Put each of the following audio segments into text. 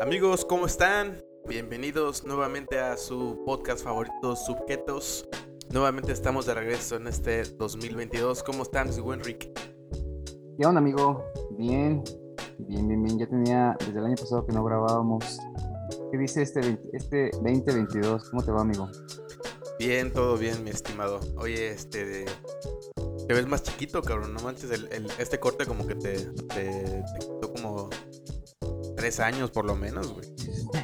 Amigos, ¿cómo están? Bienvenidos nuevamente a su podcast favorito, Subjetos. Nuevamente estamos de regreso en este 2022. ¿Cómo están, su buen Rick? ¿Qué onda, amigo? Bien, bien. Ya tenía desde el año pasado que no grabábamos. ¿Qué dice este 2022? ¿Cómo te va, amigo? Bien, todo bien, mi estimado. Oye, te ves más chiquito, cabrón. No manches, este corte como que te quitó como 3 años por lo menos, güey.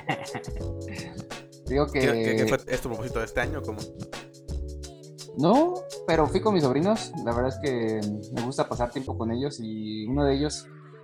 Digo ¿Qué que fue tu propósito de este año? ¿Cómo? no, pero fui con mis sobrinos. La verdad es que me gusta pasar tiempo con ellos y uno de ellos,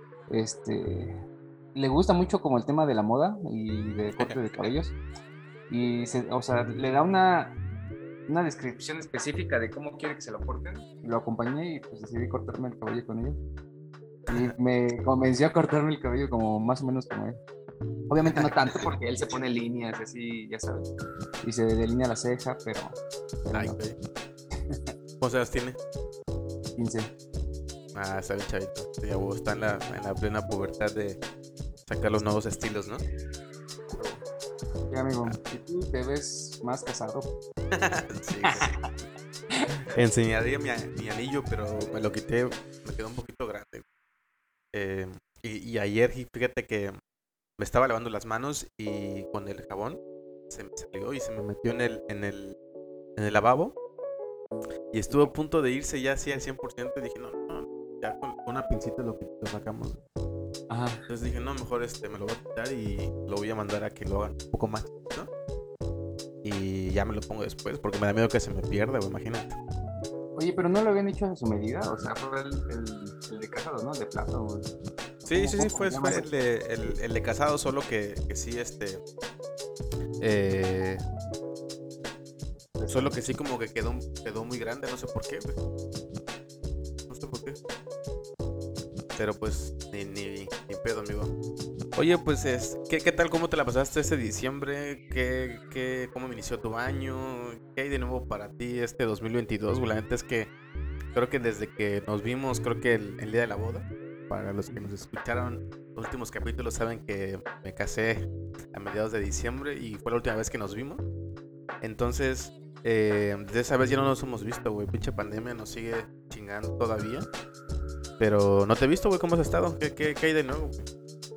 le gusta mucho como el tema de la moda y de corte de cabellos. O sea, le da una descripción específica de cómo quiere que se lo corten. Lo acompañé y pues decidí cortarme el cabello con ellos. Y me convenció a cortarme el cabello como más o menos como él. Obviamente no tanto porque él se pone líneas así, ya sabes, y se delinea la ceja, pero Ay, no, güey. ¿Cuántos años tiene? 15. Ah, está bien chavito. Sí, ya, güey, está en la plena pubertad de sacar los nuevos estilos, ¿no? Sí, amigo, y tú te ves más casado. Sí, güey. Enseñaría mi anillo, pero me lo quité, me quedó un poquito grande. Y ayer, fíjate que me estaba lavando las manos y con el jabón se me salió y se me metió en el lavabo. Y estuvo a punto de irse ya así al 100% y dije, no, no, ya con una pincita lo sacamos. Ajá. Entonces dije, no, mejor me lo voy a quitar y lo voy a mandar a que lo hagan un poco más, ¿no? Y ya me lo pongo después porque me da miedo que se me pierda, güey, imagínate. Oye, pero no lo habían hecho a su medida, o sea, fue el de casado, ¿no? El de plata, o Sí, sí, sí, ¿cómo fue, se llama fue ese? el de casado, solo que sí, eh, solo que sí como que quedó muy grande, no sé por qué, güey. No sé por qué. Pero pues, ni pedo, amigo. Oye, pues, ¿qué tal? ¿Cómo te la pasaste este diciembre? ¿Cómo inició tu año? ¿Qué hay de nuevo para ti este 2022? La neta es que creo que desde que nos vimos, creo que el día de la boda, para los que nos escucharon los últimos capítulos saben que me casé a mediados de diciembre y fue la última vez que nos vimos. Entonces, desde esa vez ya no nos hemos visto, güey. Pinche pandemia nos sigue chingando todavía. Pero no te he visto, güey. ¿Cómo has estado? ¿Qué hay de nuevo, güey?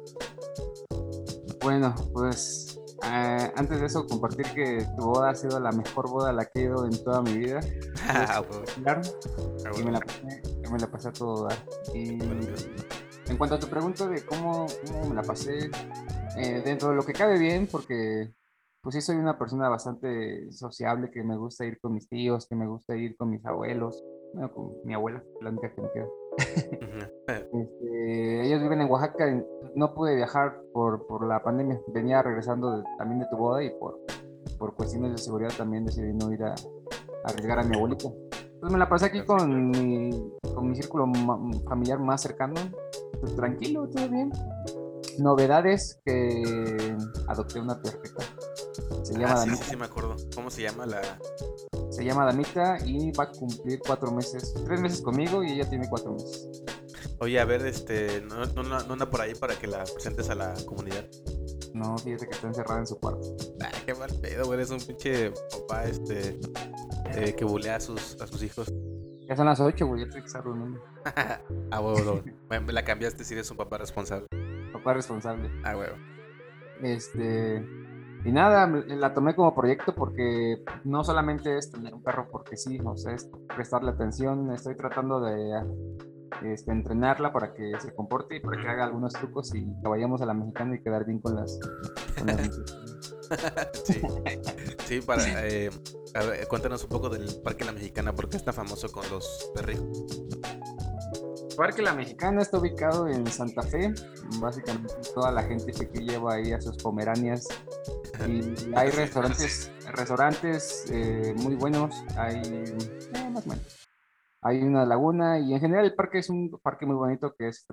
Bueno, pues antes de eso, compartir que tu boda ha sido la mejor boda a la que he ido en toda mi vida. Estuvo Ah, güey. espectacular Ah, y güey. me la pasé a todo dar. Y Qué bueno, amigo. en cuanto a tu pregunta de cómo me la pasé, dentro de lo que cabe bien, porque pues sí soy una persona bastante sociable, que me gusta ir con mis tíos, que me gusta ir con mis abuelos, bueno, con mi abuela, la única que me queda. Ujú. Ellos viven en Oaxaca, y no pude viajar por la pandemia, venía regresando también de tu boda y por cuestiones de seguridad también decidí no ir a arriesgar a mi abuelito. Entonces me la pasé aquí con mi círculo familiar más cercano, pues tranquilo, todo bien. Novedades que adopté una perrita, se Ah, llama sí, sí, Damita, sí, me acuerdo. ¿Cómo se llama la...? se llama Damita y va a cumplir 4 meses, 3 meses conmigo y ella tiene 4 meses. Oye, a ver, no anda por ahí para que la presentes a la comunidad. No, fíjate que está encerrada en su cuarto. Ah, qué mal pedo, güey. Eres un pinche papá, que bulea a sus hijos. Ya son las 8, güey, ya tengo que estar durmiendo. Ah, huevo, me la cambiaste si eres un papá responsable. Papá responsable. Ah, huevo. Este, y nada, la tomé como proyecto porque no solamente es tener un perro porque sí, o sea, es prestarle atención. Estoy tratando de entrenarla para que se comporte y para que haga algunos trucos y que vayamos a la mexicana y quedar bien con las muchachas. Sí, sí, a ver, cuéntanos un poco del Parque La Mexicana, porque está famoso con los perrijos. Parque La Mexicana está ubicado en Santa Fe. Básicamente toda la gente que lleva ahí a sus pomeranias. Y hay Sí. restaurantes muy buenos. Hay más o menos. Hay una laguna y en general el parque es un parque muy bonito que es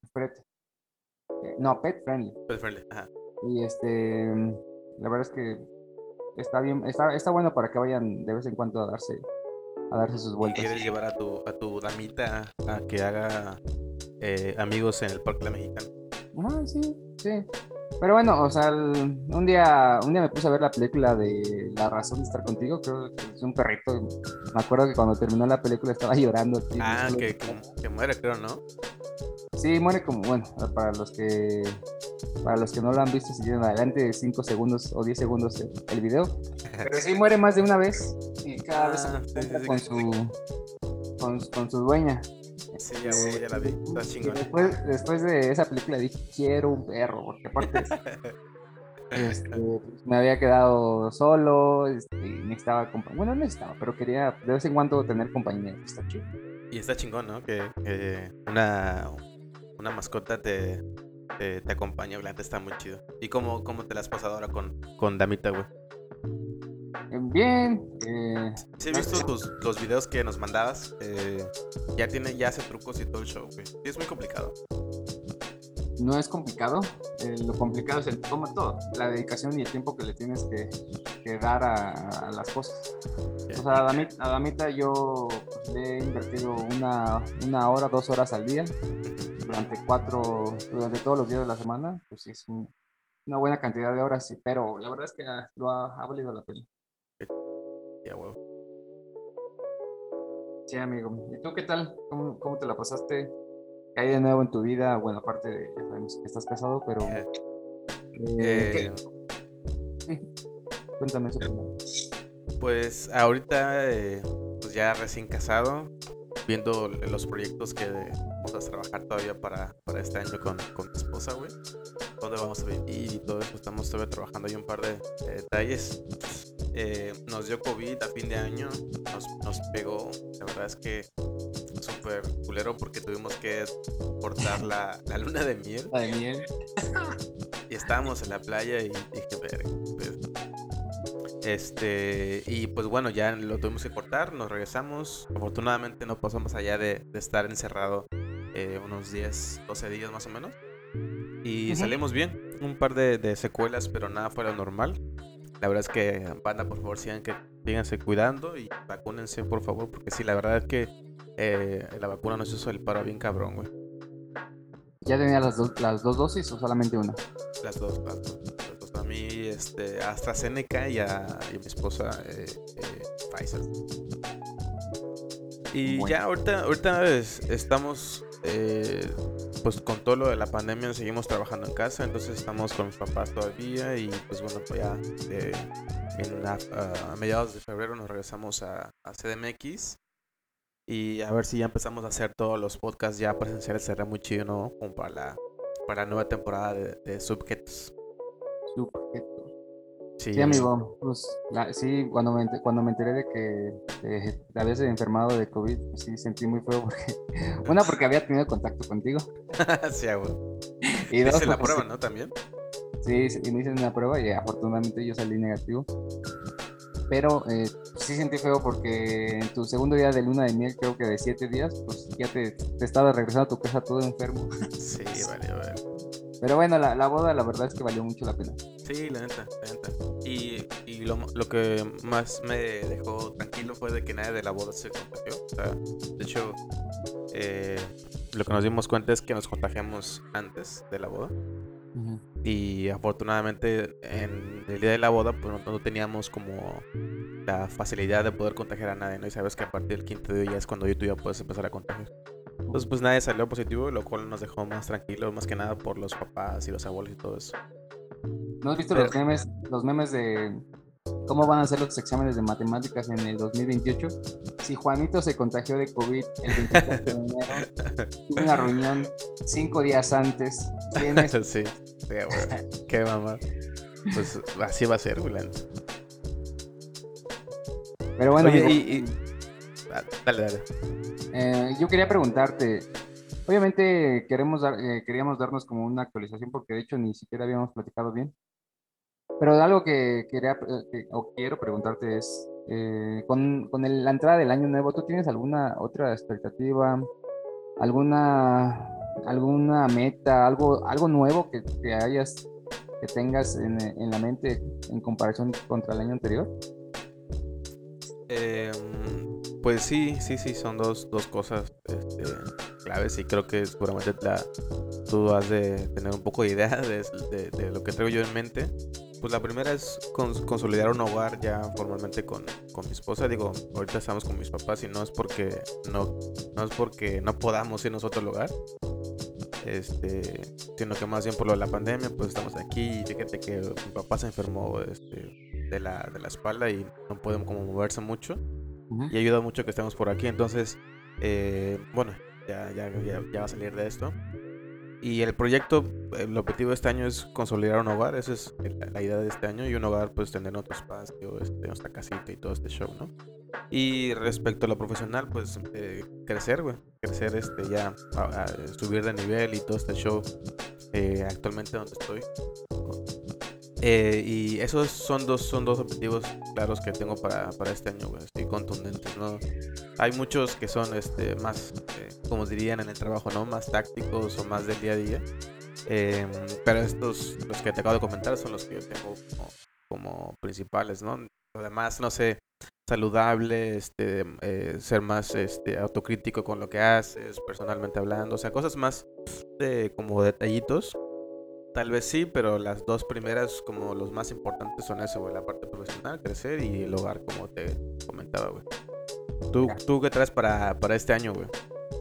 no, pet friendly. Pet friendly, ajá. Y la verdad es que está bien, está bueno para que vayan de vez en cuando a darse sus ¿Y vueltas. quieres llevar a tu damita a que haga amigos en el Parque La Mexicana? Ah, sí, sí. Pero bueno, o sea, un día me puse a ver la película de La razón de estar contigo, creo que es un perrito. Me acuerdo que cuando terminó la película estaba llorando, tío, no Ah, solo- que muere, creo, ¿no? Sí, muere como, bueno, para los que no lo han visto, si tienen adelante 5 segundos o 10 segundos el video. Pero sí muere más de una vez y cada vez se Ah, sí, encuentra sí, con sí. con su dueña. Sí, ya, huevo, ya la vi. Está Y chingón. después de esa película dije, quiero un perro, porque aparte pues, me había quedado solo, y necesitaba compañía. Bueno, no necesitaba, pero quería de vez en cuando tener compañía. Está chido. Y está chingón, ¿no? Que una mascota te acompaña, la neta está muy chido. ¿Y cómo te la has pasado ahora con Damita, güey? Bien, Sí, he visto los videos que nos mandabas. Ya hace trucos y todo el show, güey. Sí, es muy complicado. no es complicado. Lo complicado es como todo, la dedicación y el tiempo que le tienes que dar a las cosas. O sea, a Damita yo pues, le he invertido una hora, 2 horas al día durante todos los días de la semana. Pues sí, es una buena cantidad de horas, sí, pero la verdad es que ha valido la pena. Ya, güey. Sí, amigo. ¿Y tú qué tal? ¿Cómo te la pasaste? ¿Qué hay de nuevo en tu vida? Bueno, aparte de ya sabemos que estás casado, pero Eh, sí, cuéntame eso primero. pues ahorita, pues ya recién casado, viendo los proyectos que vamos a trabajar todavía para este año con mi esposa, güey. Dónde vamos a vivir y todo eso. Estamos todavía trabajando ahí un par de detalles. Nos dio COVID a fin de año, nos pegó. La verdad es que súper culero porque tuvimos que cortar la luna de miel. La de miel. Y estábamos en la playa y dije, verga, pues, y pues bueno, ya lo tuvimos que cortar, nos regresamos. Afortunadamente no pasamos allá de estar encerrado unos 10, 12 días más o menos. Y Ujú. salimos bien, un par de secuelas, pero nada fuera normal. La verdad es que, banda, por favor, síganse cuidando y vacúnense, por favor, porque sí, la verdad es que la vacuna nos hizo el paro bien cabrón, güey. ¿Ya tenía las dos dosis o solamente una? Las dos, las dos. Las dos. A mí, AstraZeneca y a mi esposa, Pfizer. Y Bueno, ya ahorita estamos, pues con todo lo de la pandemia seguimos trabajando en casa, entonces estamos con mis papás todavía y pues bueno, pues ya a mediados de febrero nos regresamos a CDMX y a ver si ya empezamos a hacer todos los podcasts ya presenciales, será muy chido, ¿no? Como para la nueva temporada de Subjects. súper. Sí, Sí, amigo. amigo, pues sí, cuando me enteré de que te habías enfermado de COVID, pues sí sentí muy feo porque, una, porque había tenido contacto contigo, Sí, güey. y Te dos, hice la porque sí, prueba, ¿no? También. sí, sí, me hice una prueba y afortunadamente yo salí negativo, pero sí sentí feo porque en tu segundo día de luna de miel, creo que de 7 días, pues ya te estabas regresando a tu casa todo enfermo. Sí, vale. Pero bueno, la boda la verdad es que valió mucho la pena. Sí, la neta, la neta. Y lo que más me dejó tranquilo fue de que nadie de la boda se contagió. O sea, de hecho, eh, lo que nos dimos cuenta es que nos contagiamos antes de la boda. Ujú. Y afortunadamente en el día de la boda, pues no teníamos como la facilidad de poder contagiar a nadie, ¿no? Y sabes que a partir del quinto día ya es cuando tú ya puedes empezar a contagiar. Entonces, pues nadie salió positivo, lo cual nos dejó más tranquilos, más que nada por los papás y los abuelos y todo eso. ¿No has visto Pero, los memes de cómo van a ser los exámenes de matemáticas en el 2028? Si Juanito se contagió de COVID el 24 de enero, tuvo una reunión 5 días antes, tienes. sí, güey. Qué mamá. Pues así va a ser, güey. Pero bueno, Oye, amigo, dale. yo quería preguntarte, obviamente queríamos darnos como una actualización porque de hecho ni siquiera habíamos platicado bien, pero algo que o quiero preguntarte es, la entrada del año nuevo, ¿tú tienes alguna otra expectativa? ¿Alguna meta, algo nuevo que tengas en la mente en comparación contra el año anterior? Pues sí, son dos cosas claves y creo que seguramente tú has de tener un poco de idea de lo que traigo yo en mente. Pues la primera es consolidar un hogar ya formalmente con mi esposa. Digo, ahorita estamos con mis papás y no es porque no podamos irnos a otro lugar, sino que más bien por lo de la pandemia, pues estamos aquí. Y fíjate que mi papá se enfermó de la espalda y no podemos como moverse mucho. Ujú. Y ayuda mucho que estemos por aquí. Entonces, bueno, ya va a salir de esto. Y el proyecto, el objetivo de este año es consolidar un hogar. Esa es la idea de este año. Y un hogar, pues tener otro espacio, nuestra casita y todo este show, ¿no? Y respecto a lo profesional, pues crecer, güey. Crecer, ya subir de nivel y todo este show. Actualmente donde estoy. Y esos son dos objetivos claros que tengo para este año, güey. Estoy contundentes, ¿no? Hay muchos que son más, como dirían en el trabajo, ¿no? Más tácticos o más del día a día. Pero estos, los que te acabo de comentar, son los que yo tengo como principales, ¿no? Además, no sé, saludable, ser más autocrítico con lo que haces, personalmente hablando, o sea, cosas más como detallitos. Tal vez sí, pero las dos primeras, como los más importantes, son eso, güey. La parte profesional, crecer, y el hogar, como te comentaba, güey. ¿Tú, Mira, tú qué traes para este año, güey?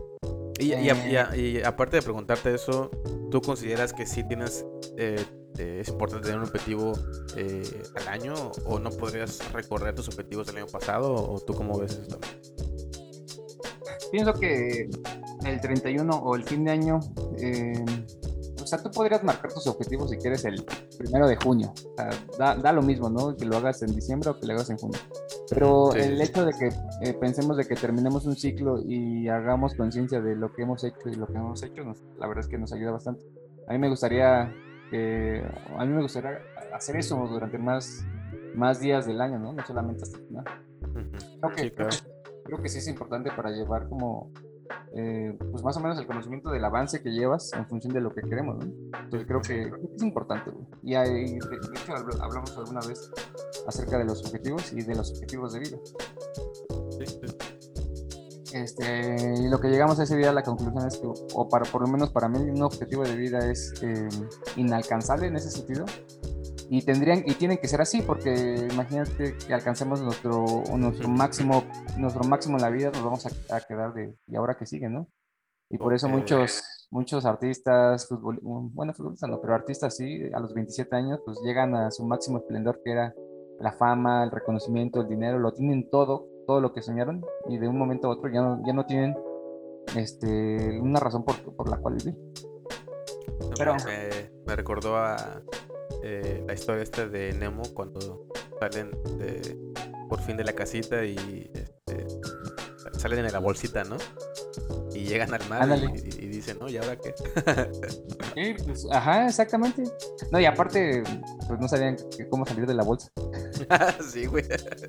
Y aparte de preguntarte eso, ¿tú consideras que sí es importante tener un objetivo al año? ¿O no podrías recorrer tus objetivos del año pasado? ¿O tú cómo ves esto? pienso que el 31 o el fin de año, o sea, tú podrías marcar tus objetivos si quieres el 1 de junio. O sea, da lo mismo, ¿no? Que lo hagas en diciembre o que lo hagas en junio. Pero Sí, el sí, sí. hecho de que pensemos de que terminemos un ciclo y hagamos conciencia de lo que hemos hecho y lo que no hemos hecho, la verdad es que nos ayuda bastante. A mí me gustaría, a mí me gustaría hacer eso durante más días del año, ¿no? No solamente hasta el final. Ujú. Sí, Creo claro. que, creo que sí es importante para llevar como, pues más o menos el conocimiento del avance que llevas en función de lo que queremos, ¿no? Sí, Entonces creo que es importante, güey. Y de hecho hablamos alguna vez acerca de los objetivos y de los objetivos de vida. sí, sí. Y lo que llegamos a ese día a la conclusión es que, o para, por lo menos para mí, un objetivo de vida es inalcanzable en ese sentido. Y tienen que ser así, porque imagínate que alcancemos nuestro máximo en la vida, nos vamos a quedar ¿y ahora qué sigue, no? Y por eso Ok. muchos artistas, bueno, futbolistas no, pero artistas sí, a los 27 años, pues llegan a su máximo esplendor, que era la fama, el reconocimiento, el dinero, lo tienen todo lo que soñaron, y de un momento a otro ya no tienen una razón por la cual vivir. Pero, Me recordó a la historia esta de Nemo cuando salen por fin de la casita y salen en la bolsita, ¿no? Y llegan al mar ándale. y dicen, ¿no? ¿Y ahora qué? Sí, pues, ajá, exactamente. No, y aparte, pues no sabían cómo salir de la bolsa. Sí, güey.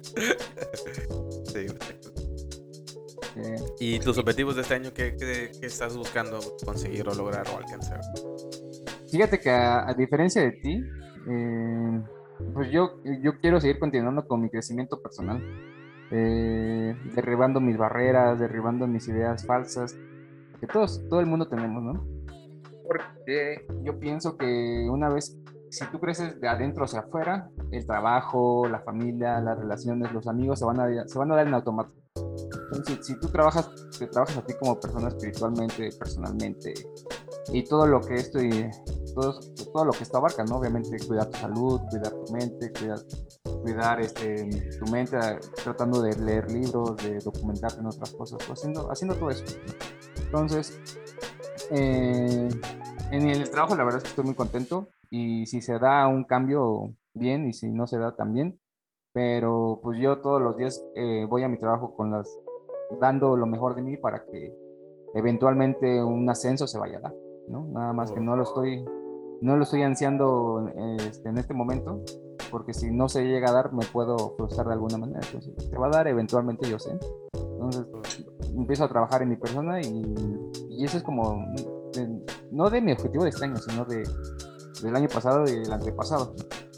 Sí, exacto. Eh, ¿Y tus objetivos de este año qué estás buscando conseguir o lograr o alcanzar? Fíjate que a diferencia de ti, eh, pues yo quiero seguir continuando con mi crecimiento personal, derribando mis barreras, derribando mis ideas falsas, que todo el mundo tenemos, ¿no? Porque yo pienso que una vez, si tú creces de adentro hacia afuera, el trabajo, la familia, las relaciones, los amigos se van a dar en automático. Entonces, si tú te trabajas a ti como persona espiritualmente, personalmente, y todo lo que todo, todo lo que esto abarca, ¿no? Obviamente cuidar tu salud, cuidar tu mente, cuidar tu mente, tratando de leer libros, de documentarte en otras cosas, o haciendo todo eso. Entonces, eh, en el trabajo la verdad es que estoy muy contento, y si se da un cambio, bien, y si no se da, también. Pero pues yo todos los días voy a mi trabajo dando lo mejor de mí para que eventualmente un ascenso se vaya a dar, ¿no? Nada más que O- no lo estoy ansiando en este momento, porque si no se llega a dar, me puedo frustrar de alguna manera. Entonces, se va a dar eventualmente, yo sé. Entonces, empiezo a trabajar en mi persona, y eso es como, no de mi objetivo de este año, sino del año pasado y del antepasado.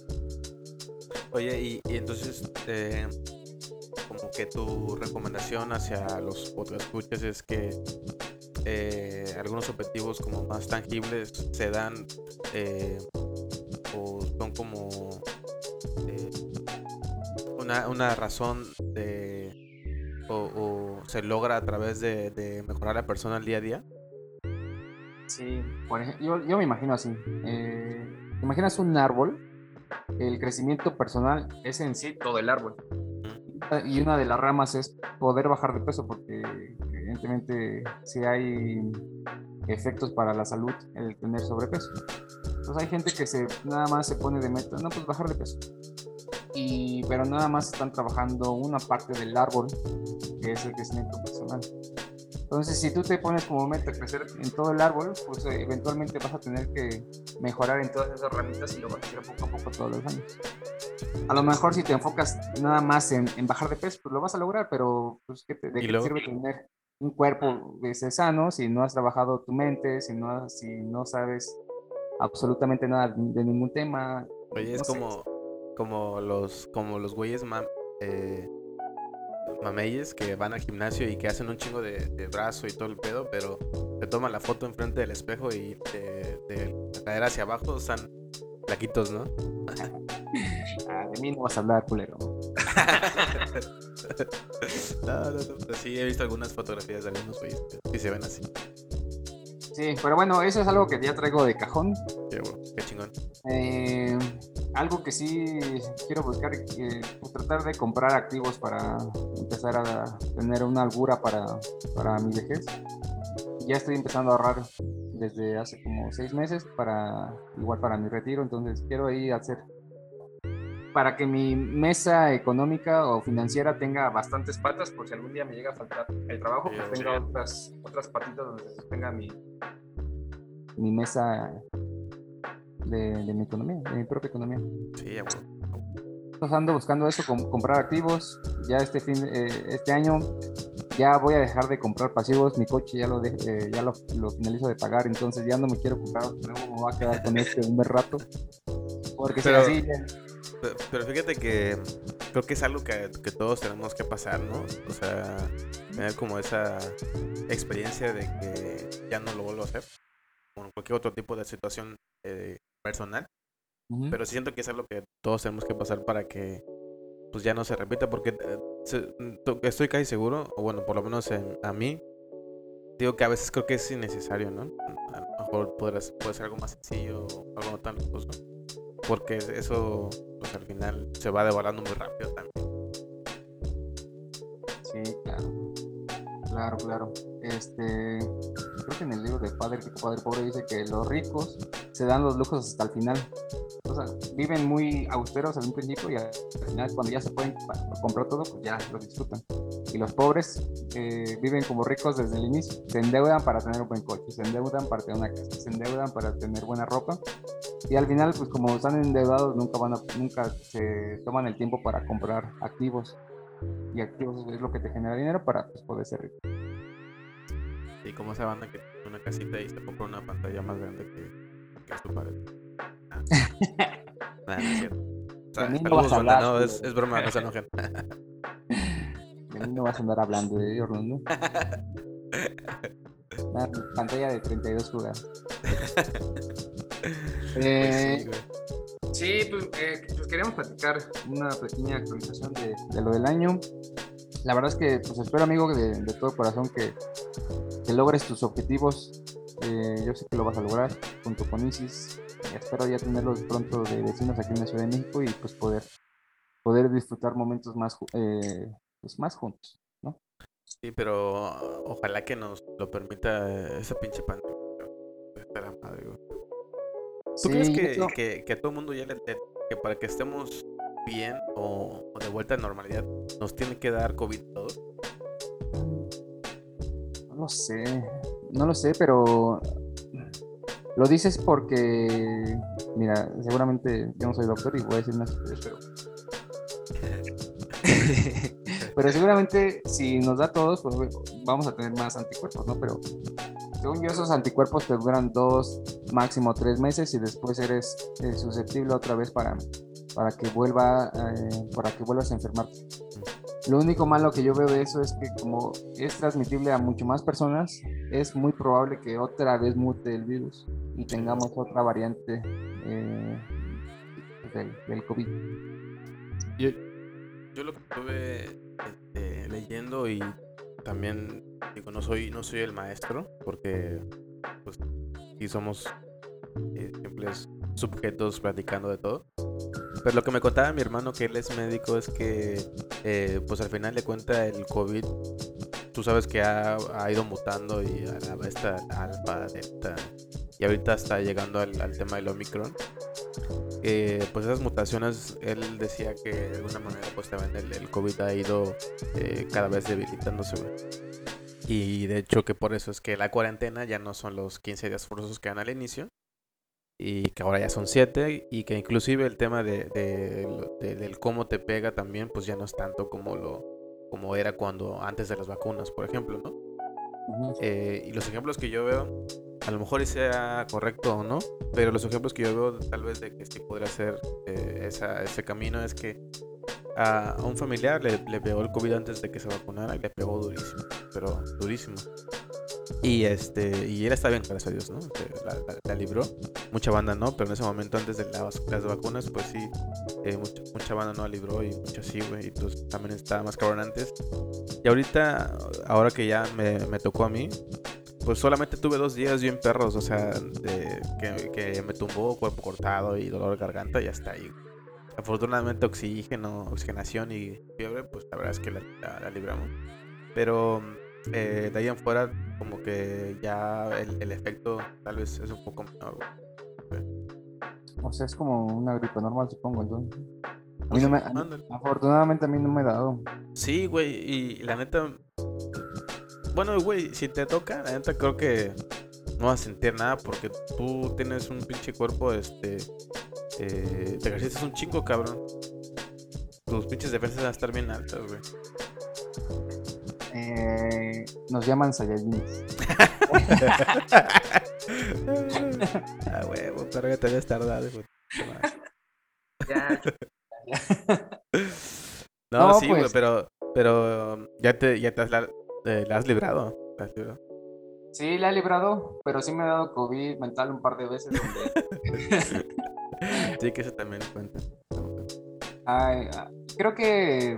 Oye, y entonces, como que tu recomendación hacia los podcast escuchas es que algunos objetivos como más tangibles se dan o son como eh, una razón o se logra a través de mejorar a la persona al día a día. Sí, por ejemplo, yo me imagino así. ¿Te imaginas un árbol? El crecimiento personal es en sí todo el árbol. Y una de las ramas es poder bajar de peso, porque evidentemente si hay efectos para la salud el tener sobrepeso. Entonces hay gente que nada más se pone de meta, no, pues bajar de peso. Pero nada más están trabajando una parte del árbol, que es el crecimiento personal. Entonces, si tú te pones como meta crecer en todo el árbol, pues eventualmente vas a tener que mejorar en todas esas ramitas y lo vas a hacer poco a poco todos los años. A lo mejor si te enfocas nada más en bajar de peso, pues lo vas a lograr, pero pues, ¿de Y qué te luego, sirve tener un cuerpo sano si no has trabajado tu mente, si no sabes absolutamente nada de ningún tema? oye, es No sé. como los güeyes eh, mameyes que van al gimnasio y que hacen un chingo de brazo y todo el pedo, pero te toman la foto enfrente del espejo y de la cadera hacia abajo están flaquitos, ¿no? De mí no vas a hablar, culero. No, pero sí he visto algunas fotografías de algunos güeyes que sí se ven así. Sí, pero bueno, eso es algo que ya traigo de cajón. Qué chingón. Eh, Algo que sí quiero buscar, pues tratar de comprar activos para empezar a tener una holgura para mi vejez. Ya estoy empezando a ahorrar desde hace como 6 meses igual para mi retiro, entonces quiero ahí hacer para que mi mesa económica o financiera tenga bastantes patas, por si algún día me llega a faltar el trabajo, pues tenga otras patitas donde se sostenga mi mesa de mi economía, de mi propia economía. Sí, a huevo. Entonces ando buscando eso, comprar activos. Ya este año ya voy a dejar de comprar pasivos. Mi coche ya lo finalizo de pagar, entonces ya no me quiero comprar otro nuevo, me voy a quedar con este un buen rato. Porque si Pero, así, pero fíjate que creo que es algo que todos tenemos que pasar, ¿no? O sea, tener como esa experiencia de que ya no lo vuelvo a hacer, con cualquier otro tipo de situación personal. uh-huh. Pero sí siento que es algo que todos tenemos que pasar para que pues ya no se repita, porque estoy casi seguro, o bueno, por lo menos a mí, digo que a veces creo que es innecesario, ¿no? A lo mejor puede ser algo más sencillo o algo no tan lujoso, porque eso pues al final se va devorando muy rápido también. Sí, claro. Claro, claro. Creo que en el libro de Padre Rico, Padre Pobre dice que los ricos se dan los lujos hasta el final. O sea, viven muy austeros al principio y al final cuando ya se pueden comprar todo, pues ya lo disfrutan. Y los pobres viven como ricos desde el inicio. Se endeudan para tener un buen coche, se endeudan para tener una casa, se endeudan para tener buena ropa. Y al final, pues como están endeudados, nunca se toman el tiempo para comprar activos. Y activos es lo que te genera dinero para pues, poder ser rico. Y como esa banda que tiene una casita y se compra una pantalla más grande que su pared. Ah, nada, no es cierto. O De sea, mí no vas saludos, a banda, hablar, no, culero. es broma, no se enojen. De mí no vas a andar hablando de Orlando. Una pantalla de 32 pulgadas. Pues sí, Eh, güey. sí, pues queríamos platicar una pequeña actualización de lo del año. La verdad es que pues espero, amigo, de todo corazón que logres tus objetivos. Yo sé que lo vas a lograr junto con Isis. Espero ya tenerlos pronto de vecinos aquí en la Ciudad de México y pues poder disfrutar momentos pues más juntos, ¿no? Sí, pero ojalá que nos lo permita esa pinche pandemia. Está la madre, güey. ¿Tú crees Sí, y eso, que a todo el mundo que para que estemos bien o de vuelta a normalidad nos tiene que dar COVID todos? no lo sé, no lo sé, pero lo dices porque, mira, seguramente yo no soy doctor y voy a decir una estupidez, pero seguramente si nos da a todos, pues vamos a tener más anticuerpos, ¿no? Pero según yo, esos anticuerpos te duran 2, máximo 3 meses y después eres susceptible otra vez para que vuelvas a enfermarte. Lo único malo que yo veo de eso es que como es transmitible a mucho más personas, es muy probable que otra vez mute el virus y tengamos otra variante del COVID. Yo, yo lo que estuve leyendo y también digo, no soy el maestro, porque pues sí somos simples sujetos platicando de todo. Pero lo que me contaba mi hermano, que él es médico, es que pues al final de cuentas el COVID, tú sabes que ha ido mutando y a la esta alfa, delta, y ahorita está llegando al tema del Omicron. Pues esas mutaciones, él decía que de alguna manera pues también el COVID ha ido cada vez debilitándose, güey. Y de hecho que por eso es que la cuarentena ya no son los 15 días forzosos que eran al inicio, y que ahora ya son 7, y que inclusive el tema del cómo te pega también pues ya no es tanto como era cuando antes de las vacunas, por ejemplo, ¿no? Y los ejemplos que yo veo, a lo mejor sea correcto o no, pero los ejemplos que yo veo tal vez de que sí podría ser ese camino es que a un familiar le pegó el COVID antes de que se vacunara, y le pegó durísimo, pero durísimo. Y él está bien, gracias a Dios, ¿no? La libró. Mucha banda no, pero en ese momento antes de las vacunas, pues sí, mucha banda no la libró y mucha sí, güey. Y entonces también estaba más cabrón antes. Y ahorita, ahora que ya me tocó a mí, pues solamente tuve 2 días bien perros, o sea, que me tumbó cuerpo cortado y dolor de garganta y hasta ahí. Afortunadamente oxigenación y fiebre, pues la verdad es que la libramos. Pero de ahí en fuera, como que ya el efecto tal vez es un poco menor, güey. O sea, es como una gripe normal, supongo. Entonces, a mí Pues no sí, me, ándale. afortunadamente a mí no me ha dado. Sí, güey, y la neta, bueno, güey, si te toca, la neta creo que no vas a sentir nada porque tú tienes un pinche cuerpo, te ejercitas un chingo, cabrón. Tus pinches defensas van a estar bien altas, güey. Nos llaman Saiyajines. Ah, huevo, pero ya te debes tardar, güey. Ya. No, No, sí, güey, pues pero la has librado. La has librado. sí, la he librado, pero sí me ha dado COVID mental un par de veces donde Sí, que eso también cuenta. ay, creo que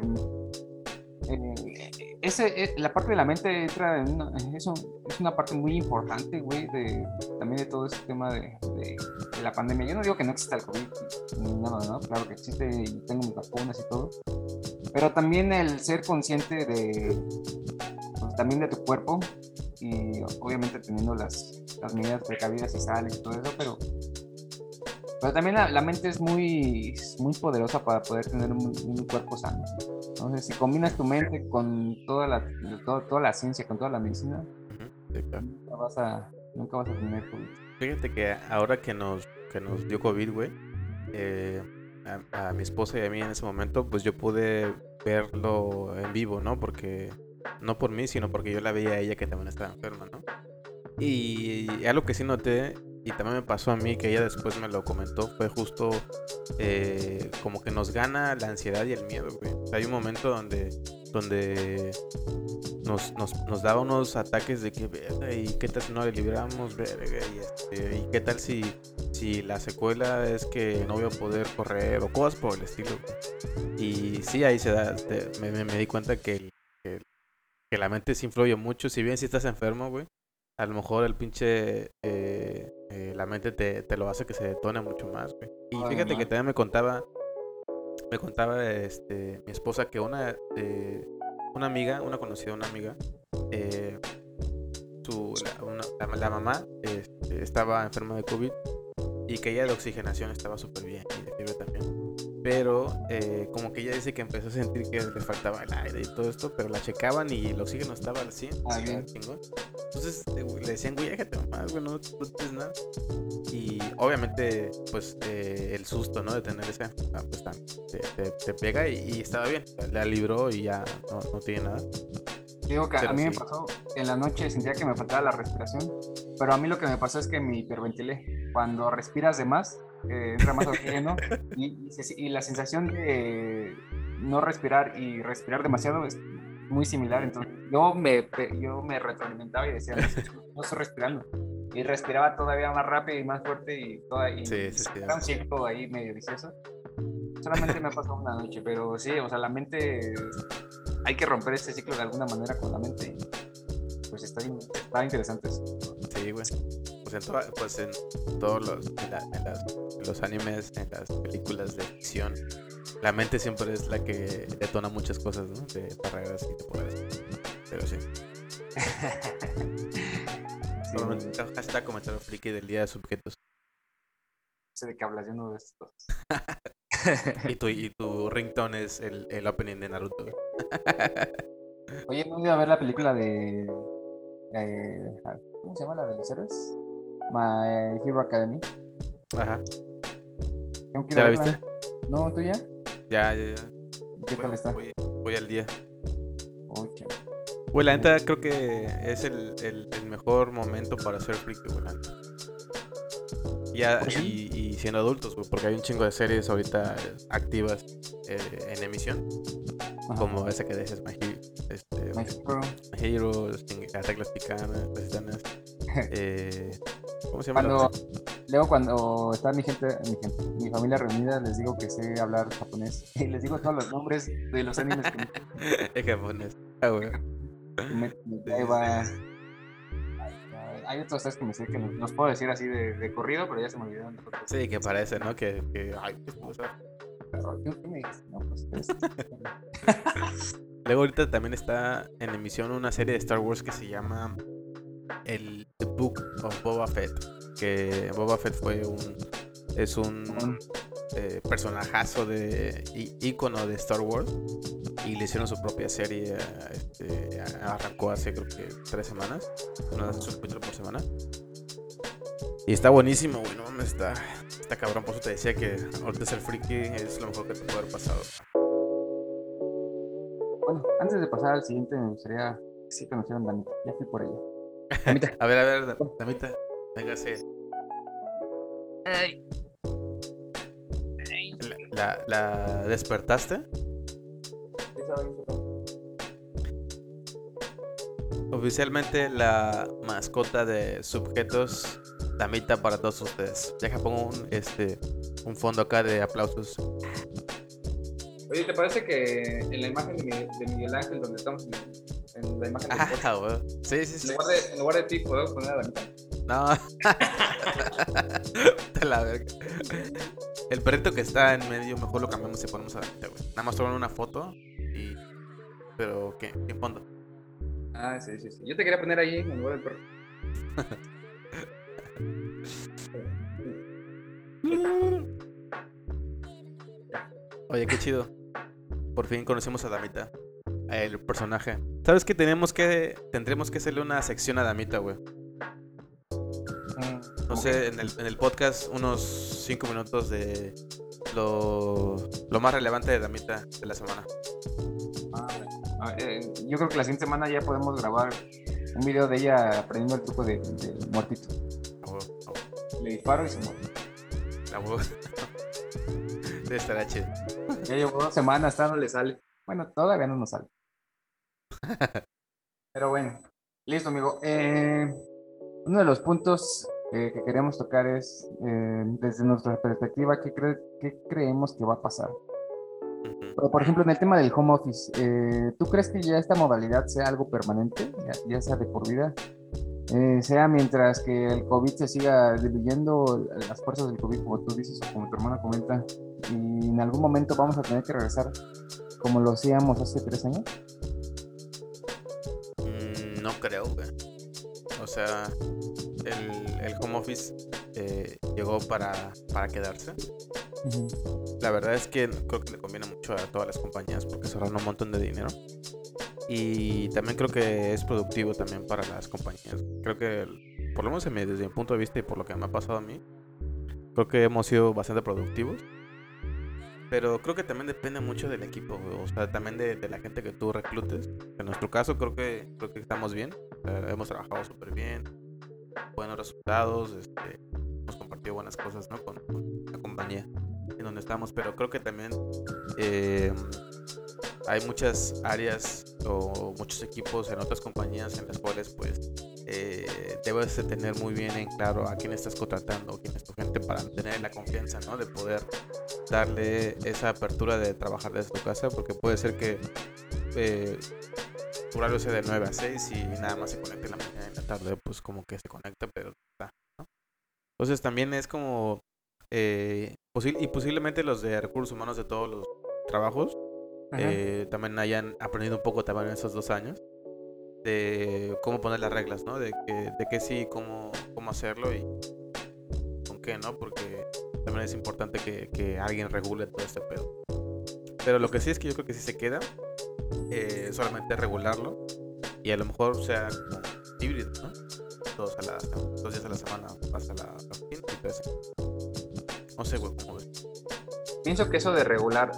la parte de la mente entra es una parte muy importante, güey, también de todo este tema de la pandemia. Yo no digo que no exista el COVID ni nada, ¿no? Claro que existe y tengo mis vacunas y todo, pero también el ser consciente pues, también de tu cuerpo y obviamente teniendo las medidas precavidas y sales y todo eso, pero también la mente es muy poderosa para poder tener un cuerpo sano. Entonces, si combinas tu mente con toda la ciencia, con toda la medicina, Ujú, sí, claro. nunca vas a tener COVID. Fíjate que ahora que nos dio COVID, güey, eh, a mi esposa y a mí en ese momento, pues yo pude verlo en vivo, ¿no? Porque, no por mí, sino porque yo la veía a ella que también estaba enferma, ¿no? Y algo que sí noté, y también me pasó a mí, que ella después me lo comentó, fue justo como que nos gana la ansiedad y el miedo, güey. O sea, hay un momento donde nos daba unos ataques de que, verga, y qué tal si no le libramos, verga, y qué tal si la secuela es que no voy a poder correr, o cosas por el estilo, güey. Y sí, ahí me di cuenta que, que la mente sí influye mucho, si bien si estás enfermo, güey, a lo mejor el pinche la mente te lo hace que se detone mucho más, güey. Y fíjate que Además, también me contaba mi esposa que una amiga, una amiga, eh, la mamá estaba enferma de COVID, y que ella de oxigenación estaba súper bien y de fiebre también. Pero como que ella dice que empezó a sentir que le faltaba el aire y todo esto, pero la checaban y el oxígeno estaba al 100, estaba bien. chingón. Entonces le decían, güey, déjate mamás, güey, no tienes nada. Y obviamente, pues el susto, ¿no? De tener esa enfermedad, pues te pega, y estaba bien. La libró y ya no tiene nada. Digo que a Pero mí me sí. pasó, en la noche sentía que me faltaba la respiración, pero a mí lo que me pasó es que me hiperventilé. Cuando respiras de más, entra más oxígeno y la sensación de no respirar y respirar demasiado es muy similar, entonces yo me retroalimentaba y decía, no estoy respirando. Y respiraba todavía más rápido y más fuerte y Sí. era un ciclo ahí medio vicioso. Solamente me ha pasado una noche, pero sí, o sea, la mente, hay que romper este ciclo de alguna manera con la mente. Y pues está interesante eso. Sí, güey. Pues en todos los animes, en las películas de ficción, la mente siempre es la que detona muchas cosas, ¿no? De barreras y de poderes. Pero sí. Sí, Solamente hashtag comentario friki del día de subjetos. no sé de qué hablas, yo no de estas cosas. Y tu ringtone es el opening de Naruto, güey. Oye, ¿no he ido a ver la película de... ¿cómo se llama la de los héroes? My Hero Academy. Ajá. Tengo que ir ¿Ya a la verla. viste? ¿No, tú ya? Ya. ¿Qué tal está? Voy al día. Oye, Güey, la neta creo que es el mejor momento para ser friki, güey, la neta. Ya, ¿por qué? y siendo adultos, güey, porque hay un chingo de series ahorita activas en emisión, Ajá. como esa que dices, My Hero, Attack las Titanas, ¿cómo se llama la Cuando, otra? luego cuando está mi familia reunida, les digo que sé hablar japonés y les digo todos los nombres de los animes En japonés. Ah, güey. me Sí, lleva. Hay otros tres que me sé que los puedo decir así de corrido, pero ya se me olvidaron de otros. sí, que parece, ¿no? Ay, qué cosa. ¿Qué me dijiste? No, pues Luego ahorita también está en emisión una serie de Star Wars que se llama The Book of Boba Fett. Que Boba Fett es un personajazo ícono de Star Wars. Y le hicieron su propia serie. Arrancó hace creo que 3 semanas. Una su capítulo por semana. Y está buenísimo, güey. No mames, está cabrón. Por eso te decía que ahorita ser friki es lo mejor que te puede haber pasado. bueno, antes de pasar al siguiente, me gustaría que sí conocieran Damita. Ya fui por ella. Damita. A ver, Damita. Véngase. Ay. ¿La despertaste? Oficialmente la mascota de subjetos Damita para todos ustedes. Deja pongo un fondo acá de aplausos. Oye, ¿te parece que en la imagen de Miguel Ángel, donde estamos en la imagen del podcast, Güey. Sí. en lugar de ti, podemos poner a Damita? No. Te la verga. El perrito que está en medio, mejor lo cambiamos y ponemos a Damita, güey. Nada más toman una foto y. Pero, ¿qué? ¿En fondo? Ah, sí. Yo te quería poner ahí en lugar del perro. Oye, qué chido. Por fin conocemos a Damita, el personaje. ¿Sabes que tendremos que hacerle una sección a Damita, güey? No sé, en el podcast unos 5 minutos de lo más relevante de Damita de la semana. Yo creo que la siguiente semana ya podemos grabar un video de ella aprendiendo el truco del muertito. Le disparo y se muere. Debe estar chido. Ya llevo 2 semanas, no le sale. Bueno, todavía no nos sale. Pero bueno, listo, amigo. Uno de los puntos que queremos tocar es, desde nuestra perspectiva, ¿qué creemos que va a pasar? Por ejemplo, en el tema del home office, ¿tú crees que ya esta modalidad sea algo permanente, ya sea de por vida? Sea mientras que el COVID se siga diluyendo, las fuerzas del COVID, como tú dices o como tu hermana comenta, y en algún momento vamos a tener que regresar como lo hacíamos hace 3 años. No creo, güey. O sea, el home office llegó para quedarse. La verdad es que creo que le conviene mucho a todas las compañías porque se ahorran un montón de dinero. Y también creo que es productivo también para las compañías. Creo que, por lo menos desde mi punto de vista y por lo que me ha pasado a mí, creo que hemos sido bastante productivos. Pero creo que también depende mucho del equipo, o sea, también de la gente que tú reclutes. En nuestro caso creo que estamos bien. Hemos trabajado súper bien, buenos resultados, hemos compartido buenas cosas, ¿no? con la compañía en donde estamos. Pero creo que también hay muchas áreas o muchos equipos en otras compañías en las cuales pues debes de tener muy bien en claro a quién estás contratando, quién es tu gente, para tener la confianza, ¿no? De poder darle esa apertura de trabajar desde tu casa, porque puede ser que tu horario sea de 9 a 6 y nada más se conecte en la mañana y en la tarde, pues como que se conecta, pero está, ¿no? Entonces también es como y posiblemente los de recursos humanos de todos los trabajos también hayan aprendido un poco también en esos 2 años de cómo poner las reglas, ¿no? De que sí, cómo hacerlo y con qué, ¿no? Porque también es importante que alguien regule todo este pedo. Pero lo que sí es que yo creo que sí se queda solamente regularlo y a lo mejor sea como híbrido, ¿no? 2 días a la semana vas a la oficina y 3. No sé, güey, ¿cómo ves? Pienso que eso de regular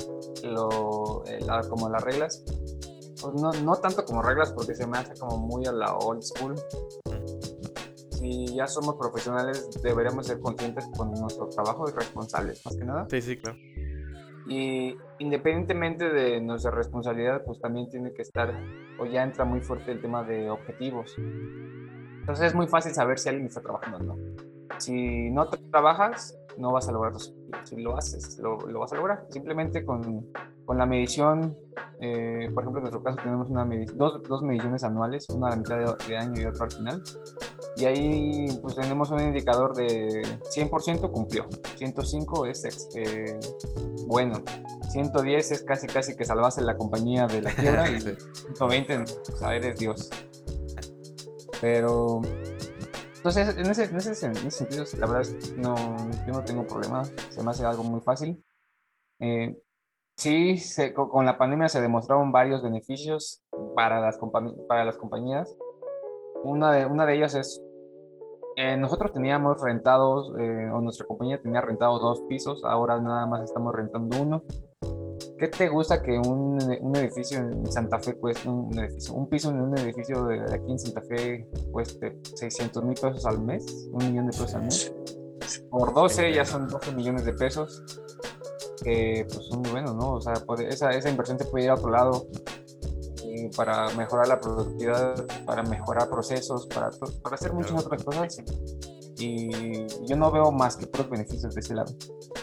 como las reglas, pues no tanto como reglas porque se me hace como muy a la old school. Si ya somos profesionales, deberíamos ser conscientes con nuestro trabajo y responsables, más que nada. Sí, claro. Y independientemente de nuestra responsabilidad, pues también tiene que estar, o ya entra muy fuerte el tema de objetivos. Entonces es muy fácil saber si alguien está trabajando o no. Si no trabajas, no vas a lograr tus objetivos. Si lo haces, lo vas a lograr. Simplemente con la medición, por ejemplo, en nuestro caso tenemos dos mediciones anuales, una a la mitad de año y otra al final. Y ahí pues tenemos un indicador de 100% cumplió, 105 es bueno, 110 es casi que salvaste la compañía de la quiebra y 120 pues, eres Dios. Pero entonces en ese sentido la verdad es que yo no tengo problema, se me hace algo muy fácil. Sí, con la pandemia se demostraron varios beneficios para las compañías. Una de ellas es nosotros teníamos rentados, o nuestra compañía tenía rentado 2 pisos, ahora nada más estamos rentando uno. ¿Qué te gusta que un edificio en Santa Fe cueste, un piso en un edificio de aquí en Santa Fe cueste 600,000 pesos al mes, 1 millón de pesos al mes? Por 12 ya son 12 millones de pesos, que pues son muy buenos, ¿no? O sea, esa inversión se puede ir a otro lado para mejorar la productividad, para mejorar procesos, para hacer muchas otras cosas. Y yo no veo más que puros beneficios de ese lado.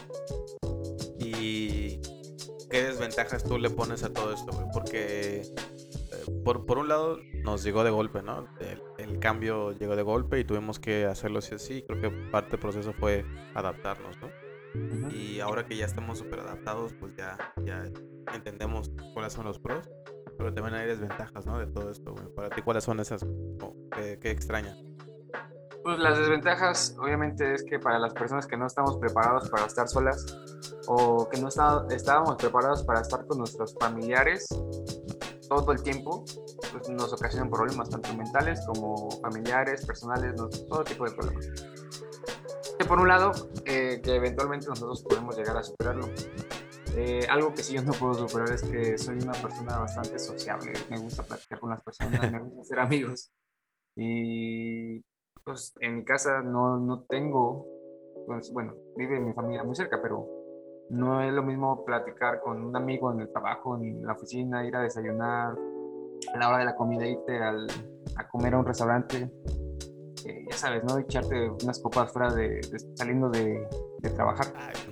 ¿Y qué desventajas tú le pones a todo esto, güey? Porque por un lado nos llegó de golpe, ¿no? El cambio llegó de golpe y tuvimos que hacerlo así así. Creo que parte del proceso fue adaptarnos, ¿no? Uh-huh. Y ahora que ya estamos súper adaptados, pues ya entendemos cuáles son los pros. Pero también hay desventajas, ¿no? De todo esto, güey. Para ti, ¿cuáles son esas? ¿Qué extraña? Pues las desventajas, obviamente, es que para las personas que no estamos preparados para estar solas o que no estábamos preparados para estar con nuestros familiares todo el tiempo, pues nos ocasionan problemas, tanto mentales como familiares, personales, todo tipo de problemas. Que por un lado, que eventualmente nosotros podemos llegar a superarlo. Algo que sí yo no puedo superar es que soy una persona bastante sociable, me gusta platicar con las personas, me gusta hacer amigos. Y pues en mi casa no tengo, pues bueno, vive mi familia muy cerca, pero no es lo mismo platicar con un amigo en el trabajo, en la oficina, ir a desayunar, a la hora de la comida irte a comer a un restaurante, ya sabes, ¿no? Echarte unas copas fuera saliendo de trabajar.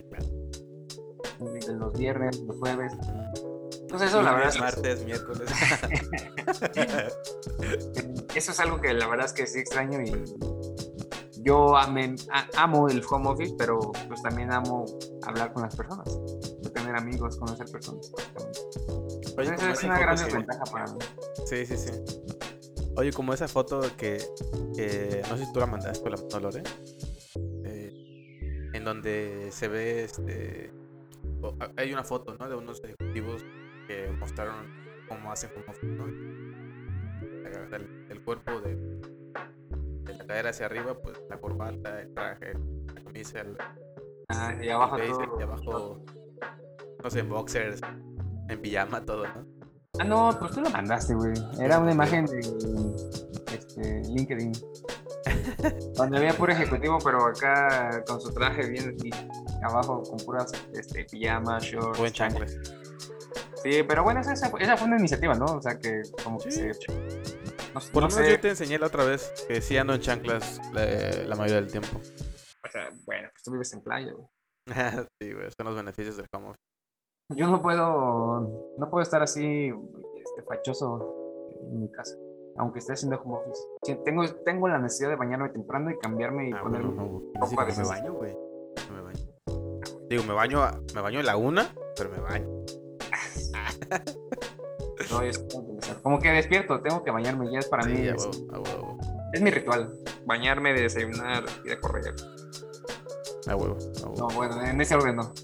De los viernes, los jueves. Entonces eso, la verdad es martes, miércoles. Eso es algo que la verdad es que sí extraño y yo amo el home office, pero pues también amo hablar con las personas, tener amigos, conocer personas. Oye, esa es una gran desventaja para mí. Sí. Oye, como esa foto que no sé si tú la mandaste, la mandó Lore, en donde se ve hay una foto, ¿no? De unos ejecutivos que mostraron cómo hacen home office, ¿no? El cuerpo de la cadera hacia arriba, pues la corbata, el traje, la camisa, y abajo y abajo, no sé, en boxers, en pijama, todo, ¿no? No, pues tú lo mandaste, güey. Era una imagen de LinkedIn. Donde había puro ejecutivo, pero acá con su traje bien así, abajo con puras pijamas, shorts. Buen chanclas. Sí, pero bueno, esa fue una iniciativa, ¿no? O sea, que como que Sí. no Por lo menos sé, yo te enseñé la otra vez que sí ando en chanclas la mayoría del tiempo. o sea, bueno, pues tú vives en playa, güey. Sí, güey, son los beneficios del home office. Yo no puedo estar así, fachoso en mi casa, aunque esté haciendo home office. Sí, tengo la necesidad de bañarme temprano y cambiarme y Ah, bueno, ponerme no, güey. Dice ropa que de no me ejercicio. baño, güey. No me baño. Digo, me baño a la 1, pero me baño. No, como que despierto, tengo que bañarme, ya es para mí, Sí, a huevo, a huevo, es mi ritual, bañarme, desayunar y de correr. a huevo, a No, huevo. bueno, en ese orden no.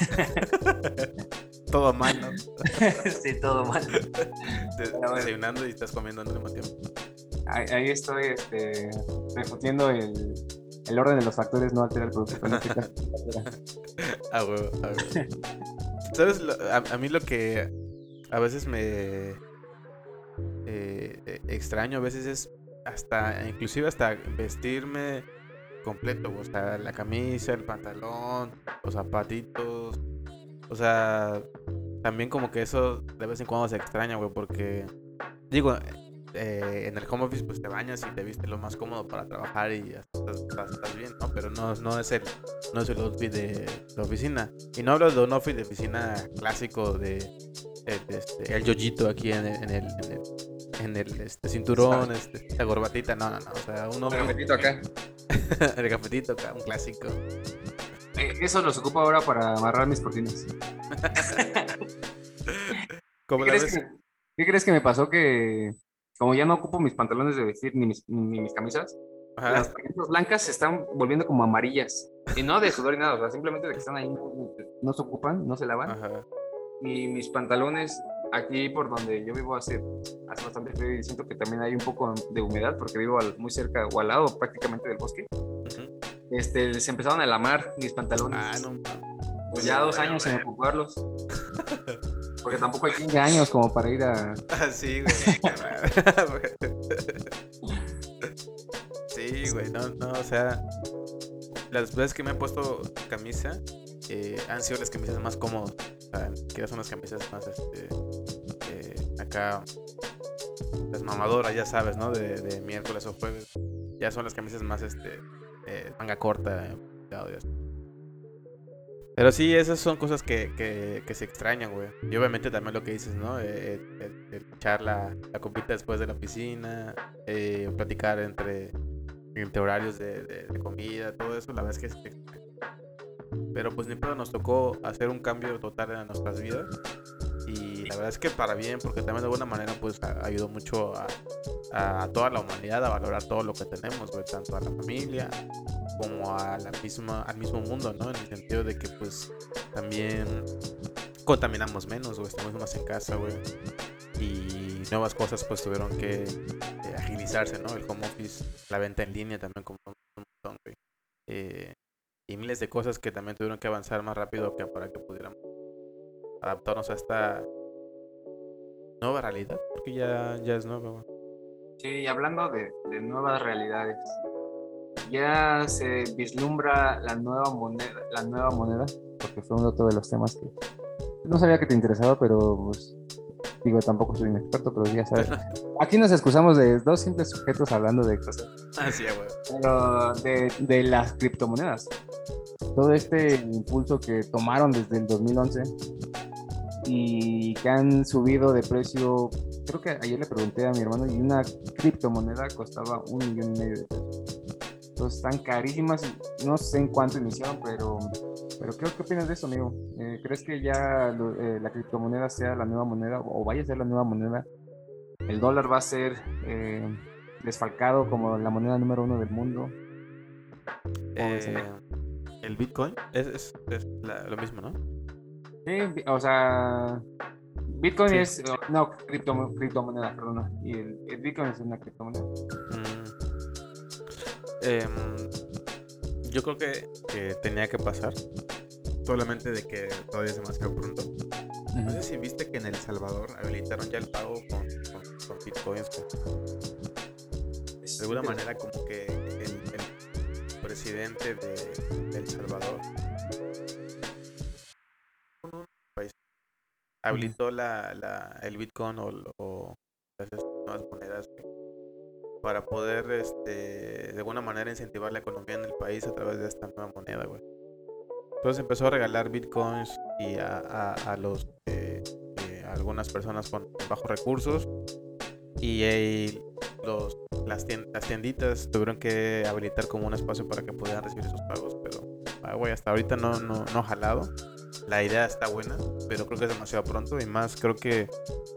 Todo mal, ¿no? Sí, todo mal. Pero bueno, Desayunando y estás comiendo al mismo tiempo. ahí estoy refutiendo el orden de los factores no altera el producto, pero en este caso, A huevo, a huevo. ¿Sabes? A mí lo que a veces me extraño, a veces es inclusive hasta vestirme completo, o sea, la camisa, el pantalón, los zapatitos, o sea, también como que eso de vez en cuando se extraña, güey, porque digo, en el home office pues te bañas y te vistes lo más cómodo para trabajar y estás bien, ¿no? Pero no es el outfit de oficina. Y no hablo de un outfit de oficina clásico el yoyito aquí en el cinturón, la corbatita, no, o sea, un outfit, repetito acá. el cafetito acá, un clásico. Eso los ocupo ahora para amarrar mis cortinas. ¿Qué ¿Cómo la crees ves? qué crees que me pasó? Que como ya no ocupo mis pantalones de vestir ni mis camisas, las Ajá, camisas blancas se están volviendo como amarillas. Y no de sudor ni nada, o sea, simplemente de que están ahí, no se ocupan, no se lavan. ajá. Y mis pantalones, aquí por donde yo vivo hace bastante frío y siento que también hay un poco de humedad porque vivo muy cerca o al lado prácticamente del bosque. Ujú. Se empezaron a lamar mis pantalones. Ah, no. Pues ya 2 años en ocuparlos, porque tampoco hay 15 años como para ir a... Ah, sí, güey. Sí, güey, no, o sea, las veces que me he puesto camisa han sido las camisas más cómodas. O sea, que son las camisas más, acá, las mamadoras, ya sabes, ¿no? De miércoles o jueves. Ya son las camisas más, manga corta, y así. Pero sí, esas son cosas que se extrañan, güey. Y obviamente también lo que dices, ¿no? El echar la copita después de la piscina, platicar entre horarios de comida, todo eso, la verdad es que se extraña. Pero pues ni pedo, nos tocó hacer un cambio total en nuestras vidas. Y la verdad es que para bien, porque también de alguna manera pues ayudó mucho a toda la humanidad a valorar todo lo que tenemos, güey, tanto a la familia como al mismo mundo, ¿no? En el sentido de que pues también contaminamos menos, güey, estamos más en casa, güey. Y nuevas cosas pues tuvieron que agilizarse, ¿no? El home office, la venta en línea también como un montón, güey. Eh, y miles de cosas que también tuvieron que avanzar más rápido que para que pudiéramos adaptarnos a esta nueva realidad, porque ya es nueva, güey. Sí, hablando de nuevas realidades, ya se vislumbra la nueva moneda, porque fue uno de los temas que no sabía que te interesaba, pero pues digo, tampoco soy un experto, pero ya sabes. Aquí nos excusamos de dos simples sujetos hablando de cosas, Así, güey. pero de las criptomonedas. Todo este impulso que tomaron desde el 2011 y que han subido de precio. Creo que ayer le pregunté a mi hermano y una criptomoneda costaba 1,5 millones de pesos. Entonces están carísimas. No sé en cuánto iniciaron, pero ¿qué opinas de eso, amigo? ¿Crees que ya la criptomoneda sea la nueva moneda o vaya a ser la nueva moneda? ¿El dólar va a ser desfalcado como la moneda número uno del mundo? ¿Cómo ves, amigo? El Bitcoin es lo mismo, ¿no? Sí, o sea, Bitcoin Sí. es, no, criptomoneda, perdón, y el Bitcoin es una criptomoneda. Mm, em, yo creo que tenía que pasar, solamente de que todavía es demasiado pronto. No sé si viste que en El Salvador habilitaron ya el pago con bitcoins, güey. De alguna manera como que el presidente de El Salvador, un país, habilitó el Bitcoin o esas nuevas monedas para poder, de alguna manera incentivar la economía en el país a través de esta nueva moneda, güey. Entonces empezó a regalar bitcoins y a a algunas personas con bajos recursos y las tienditas tuvieron que habilitar como un espacio para que pudieran recibir esos pagos, pero güey, hasta ahorita no ha jalado. La idea está buena, pero creo que es demasiado pronto y más creo que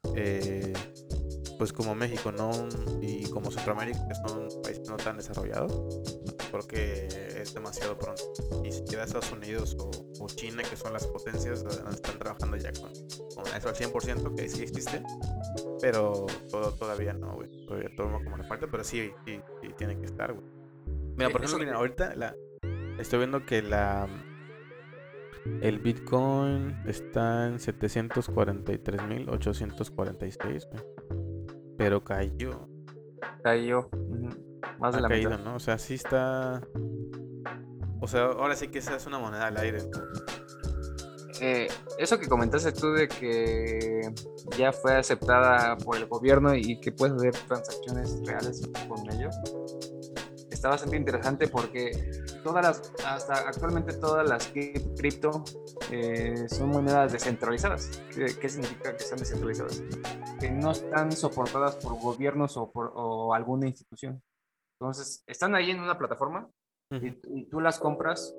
pues como México no y como Centroamérica, que son países no tan desarrollados, creo que es demasiado pronto. Ni siquiera Estados Unidos o China, que son las potencias, están trabajando ya con eso al 100%, que sí existe, pero todavía no, güey. Todavía todo como le falta, pero sí tiene que estar, güey. Mira, por ejemplo, mira, ahorita estoy viendo que el Bitcoin está en 743,846, güey. Pero cayó. Cayó. Más de Ha la caído, mitad. ¿no? O sea, sí está. O sea, ahora sí que esa es una moneda al aire, ¿no? Eso que comentaste tú de que ya fue aceptada por el gobierno y que puedes hacer transacciones reales con ellos, está bastante interesante porque hasta actualmente todas las cripto son monedas descentralizadas. ¿Qué significa que están descentralizadas? Que no están soportadas por gobiernos o alguna institución. Entonces, están ahí en una plataforma y tú las compras.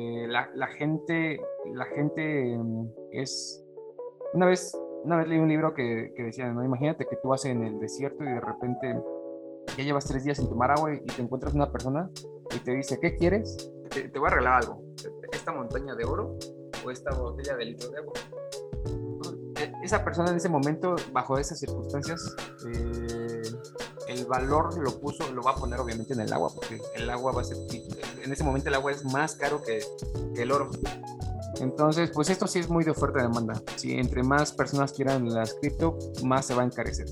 La gente es... Una vez, una vez leí un libro que decía, ¿no? Imagínate que tú vas en el desierto y de repente ya llevas 3 días sin tomar agua y te encuentras una persona y te dice, ¿qué quieres? Te voy a regalar algo. ¿Esta montaña de oro o esta botella de litro de agua? Esa persona en ese momento, bajo esas circunstancias, el valor lo va a poner obviamente en el agua, porque el agua va a ser, en ese momento el agua es más caro que el oro. Entonces, pues esto sí es muy de oferta y demanda. Si entre más personas quieran las cripto, más se va a encarecer.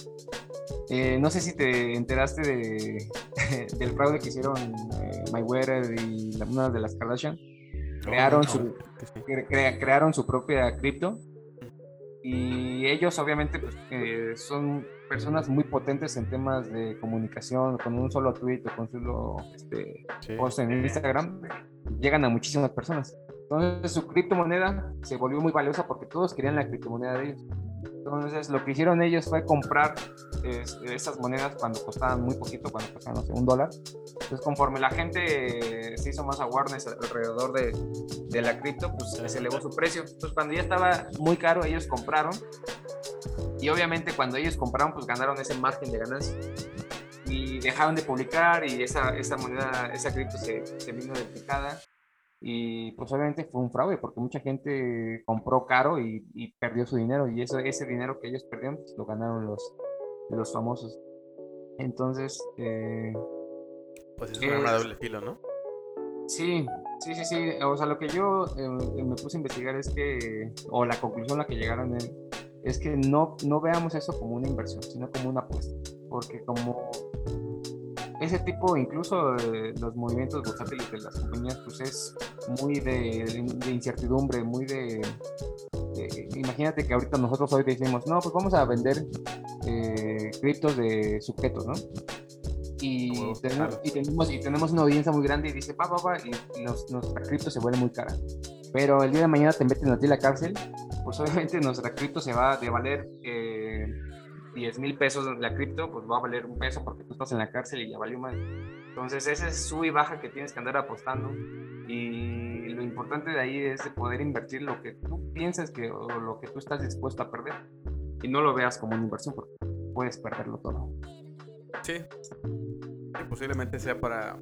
No sé si te enteraste del fraude que hicieron Mayweather y una de las Kardashian. No, Crearon no, su, que sí. crearon su propia cripto y ellos obviamente pues, son personas muy potentes en temas de comunicación. Con un solo tweet o con un solo Sí. post en Instagram llegan a muchísimas personas. Entonces su criptomoneda se volvió muy valiosa porque todos querían la criptomoneda de ellos. Entonces lo que hicieron ellos fue comprar esas monedas cuando costaban muy poquito, cuando costaban, no sé, $1. Entonces conforme la gente se hizo más awareness alrededor de la cripto, pues se elevó su precio. Entonces cuando ya estaba muy caro, ellos compraron y obviamente cuando ellos compraron, pues ganaron ese margen de ganancia y dejaron de publicar y esa moneda, esa cripto se vino duplicada. Y pues obviamente fue un fraude porque mucha gente compró caro y perdió su dinero y ese dinero que ellos perdieron pues, lo ganaron los famosos. Entonces, Pues es un arma de es, doble filo, ¿no? sí, sí. O sea, lo que yo me puse a investigar es que, o la conclusión a la que llegaron es que no veamos eso como una inversión, sino como una apuesta. Porque como ese tipo, incluso los movimientos bursátiles de las compañías, pues es muy de incertidumbre, muy imagínate que ahorita nosotros hoy decimos, no, pues vamos a vender criptos de sujetos, ¿no? Y Claro. tenemos una audiencia muy grande y dice, y nuestra cripto se vuelve muy cara. Pero el día de mañana te meten a ti a la cárcel, pues obviamente nuestra cripto se va de valer 10,000 pesos la cripto, pues va a valer $1 porque tú estás en la cárcel y ya valió más. Entonces, ese es sub y baja que tienes que andar apostando. Y lo importante de ahí es de poder invertir lo que tú piensas o lo que tú estás dispuesto a perder. Y no lo veas como una inversión porque puedes perderlo todo. Sí, posiblemente sea para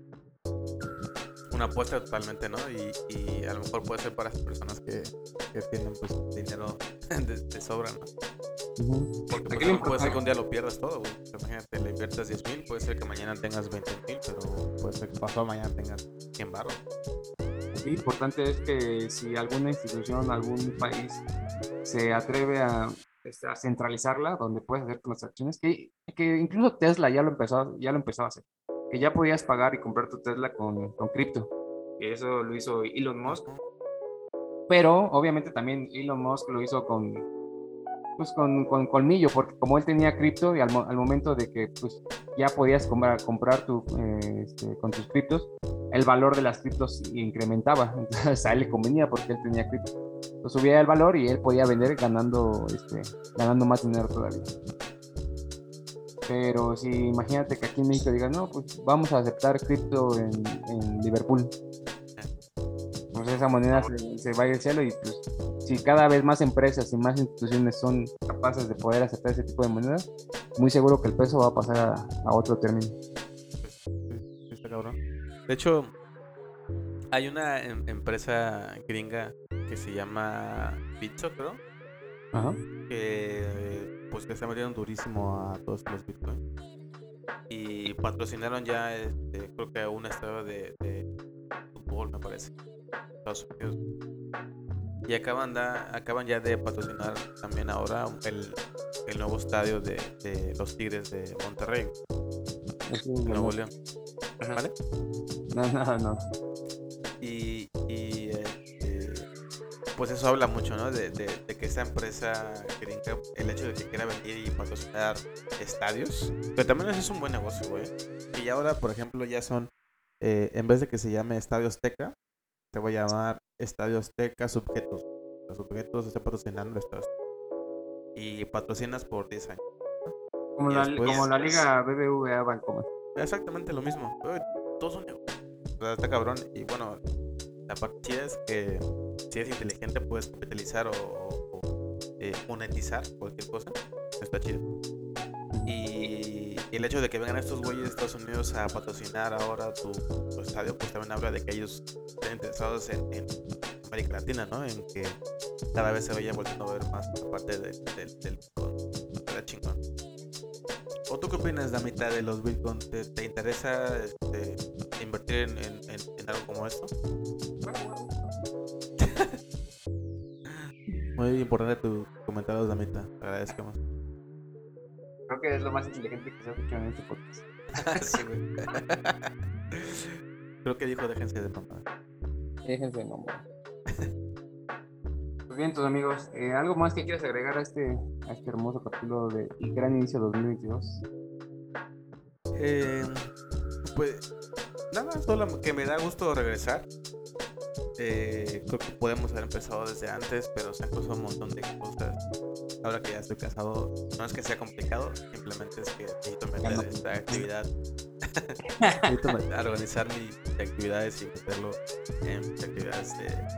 una apuesta totalmente, ¿no? Y a lo mejor puede ser para las personas que tienen pues dinero de sobra, ¿no? Porque pues también puede ser que un día lo pierdas todo, güey. Imagínate, le inviertes 10,000, puede ser que mañana tengas 20,000, pero puede ser que pasado mañana tengas 100 baros. Lo importante es que si alguna institución, algún país se atreve a centralizarla, donde puedes hacer transacciones, que incluso Tesla ya lo empezó a hacer, que ya podías pagar y comprar tu Tesla con cripto. Y eso lo hizo Elon Musk. Pero obviamente también Elon Musk lo hizo con, pues con colmillo, porque como él tenía cripto y al momento de que pues, ya podías comprar con tus criptos, el valor de las criptos incrementaba. Entonces a él le convenía porque él tenía cripto. Lo subía el valor y él podía vender ganando más dinero todavía. Pero si imagínate que aquí en México digan, no, pues vamos a aceptar cripto en Liverpool. Pues esa moneda se va a ir al cielo y pues si cada vez más empresas y más instituciones son capaces de poder aceptar ese tipo de monedas, muy seguro que el peso va a pasar a otro término. Sí, está cabrón. De hecho, hay una empresa gringa que se llama Bitso, creo, Ajá. que pues que está metiendo durísimo a todos los Bitcoin. Y patrocinaron ya, creo que a un estadio de fútbol, me parece, Estados Unidos. Y acaban ya de patrocinar también ahora el nuevo estadio de los Tigres de Monterrey, Eso en es Nuevo bueno. León. Ajá. ¿Vale? No. Y pues eso habla mucho, ¿no? De que esa empresa gringa, el hecho de que quiera venir y patrocinar estadios, pero también eso es un buen negocio, güey. Y ahora, por ejemplo, ya son, en vez de que se llame Estadio Azteca, se va a llamar Estadio Azteca Subjetos. Los subjetos están patrocinando estos. Y patrocinas por 10 años. Como Y después, como la Liga BBVA Bancomer. exactamente lo mismo. Güey, todos son negocios. O sea, está cabrón. Y bueno, la parte chida es que si eres inteligente puedes capitalizar o monetizar cualquier cosa. Está chido. Y el hecho de que vengan estos güeyes de Estados Unidos a patrocinar ahora tu estadio, pues también habla de que ellos estén interesados en América Latina, ¿no? En que cada vez se vaya volviendo a ver más aparte del Bitcoin. Está chingón. ¿O tú qué opinas, Damita, de los Bitcoin? ¿Te interesa invertir en algo como esto? Muy importante tu comentario, Damita. Te agradezcamos. Creo que es lo más inteligente que se ha escuchado en este podcast. Sí, güey. Creo que dijo déjense de mamá. Déjense de mamá. Pues bien, tus amigos, ¿algo más que quieras agregar a este hermoso capítulo de El Gran Inicio 2022? Pues nada, solo que me da gusto regresar. Creo que podemos haber empezado desde antes, pero se han cruzado un montón de cosas. Ahora que ya estoy casado, no es que sea complicado, simplemente es que necesito meter esta actividad. Necesito organizar mis actividades y meterlo en mis actividades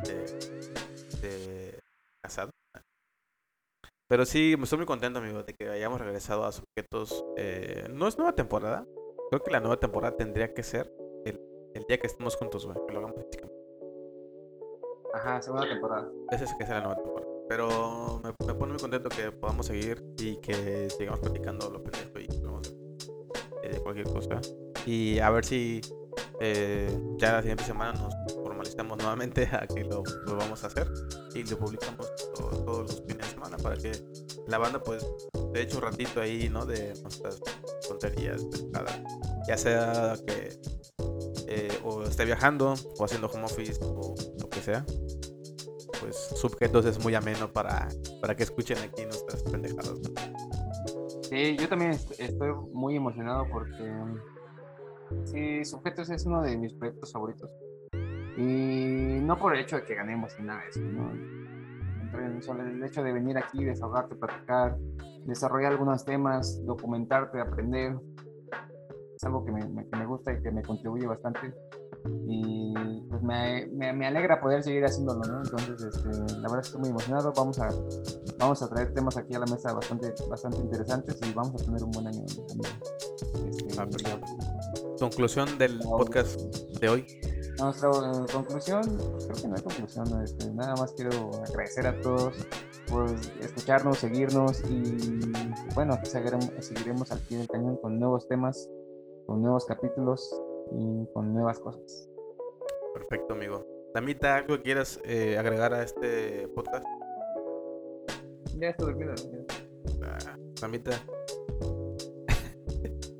de casado. Pero sí, me estoy muy contento, amigo, de que hayamos regresado a Sujetos. No es nueva temporada. Creo que la nueva temporada tendría que ser el día que estemos juntos, güey. Que lo hagamos físicamente. Ajá, segunda temporada. Esa es que sea la nueva temporada. Pero me pone muy contento que podamos seguir y que sigamos platicando lo pendejo y hablamos de cualquier cosa. Y a ver si ya la siguiente semana nos formalizamos nuevamente a que lo vamos a hacer y lo publicamos todos los fines de semana para que la banda pues de hecho un ratito ahí, ¿no? De nuestras tonterías, ya sea que o esté viajando o haciendo home office o lo que sea, pues Subjetos es muy ameno para que escuchen aquí nuestras pendejadas. Sí, yo también estoy muy emocionado porque sí, Sujetos es uno de mis proyectos favoritos. Y no por el hecho de que ganemos ni nada de eso, ¿no? Solo el hecho de venir aquí, desahogarte, platicar, desarrollar algunos temas, documentarte, aprender, es algo que me gusta y que me contribuye bastante. Y pues me alegra poder seguir haciéndolo, ¿no? Entonces, la verdad estoy muy emocionado. Vamos a traer temas aquí a la mesa bastante interesantes y vamos a tener un buen año. Perfecto. Conclusión del podcast de hoy. Nuestra conclusión, pues creo que no hay conclusión. Nada más quiero agradecer a todos por escucharnos, seguirnos y bueno, aquí seguiremos al pie del cañón con nuevos temas, con nuevos capítulos y con nuevas cosas. Perfecto, amigo. Damita, ¿algo que quieras agregar a este podcast? Ya estoy dormido. Damita.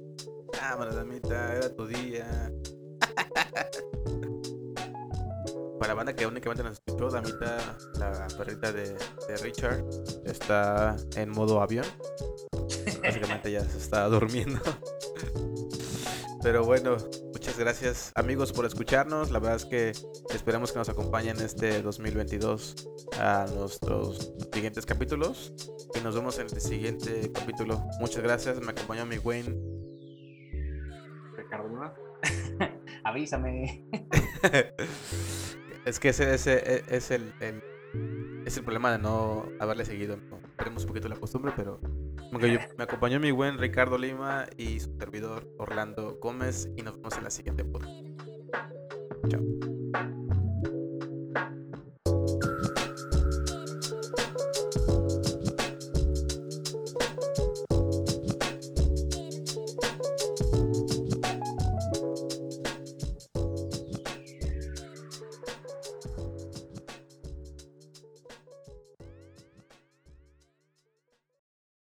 Bueno, Damita, era tu día. para la banda que únicamente nos escuchó, Damita, la perrita de Richard, está en modo avión. Básicamente ya se está durmiendo. Pero bueno, muchas gracias amigos por escucharnos. La verdad es que esperamos que nos acompañen este 2022 a nuestros siguientes capítulos. Y nos vemos en el siguiente capítulo. Muchas gracias, me acompañó mi Wayne. Ricardo Lima. Avísame. Es que ese es el problema de no haberle seguido, ¿no? Perdemos un poquito la costumbre, pero me acompañó mi buen Ricardo Lima y su servidor Orlando Gómez y nos vemos en la siguiente podcast. Chao.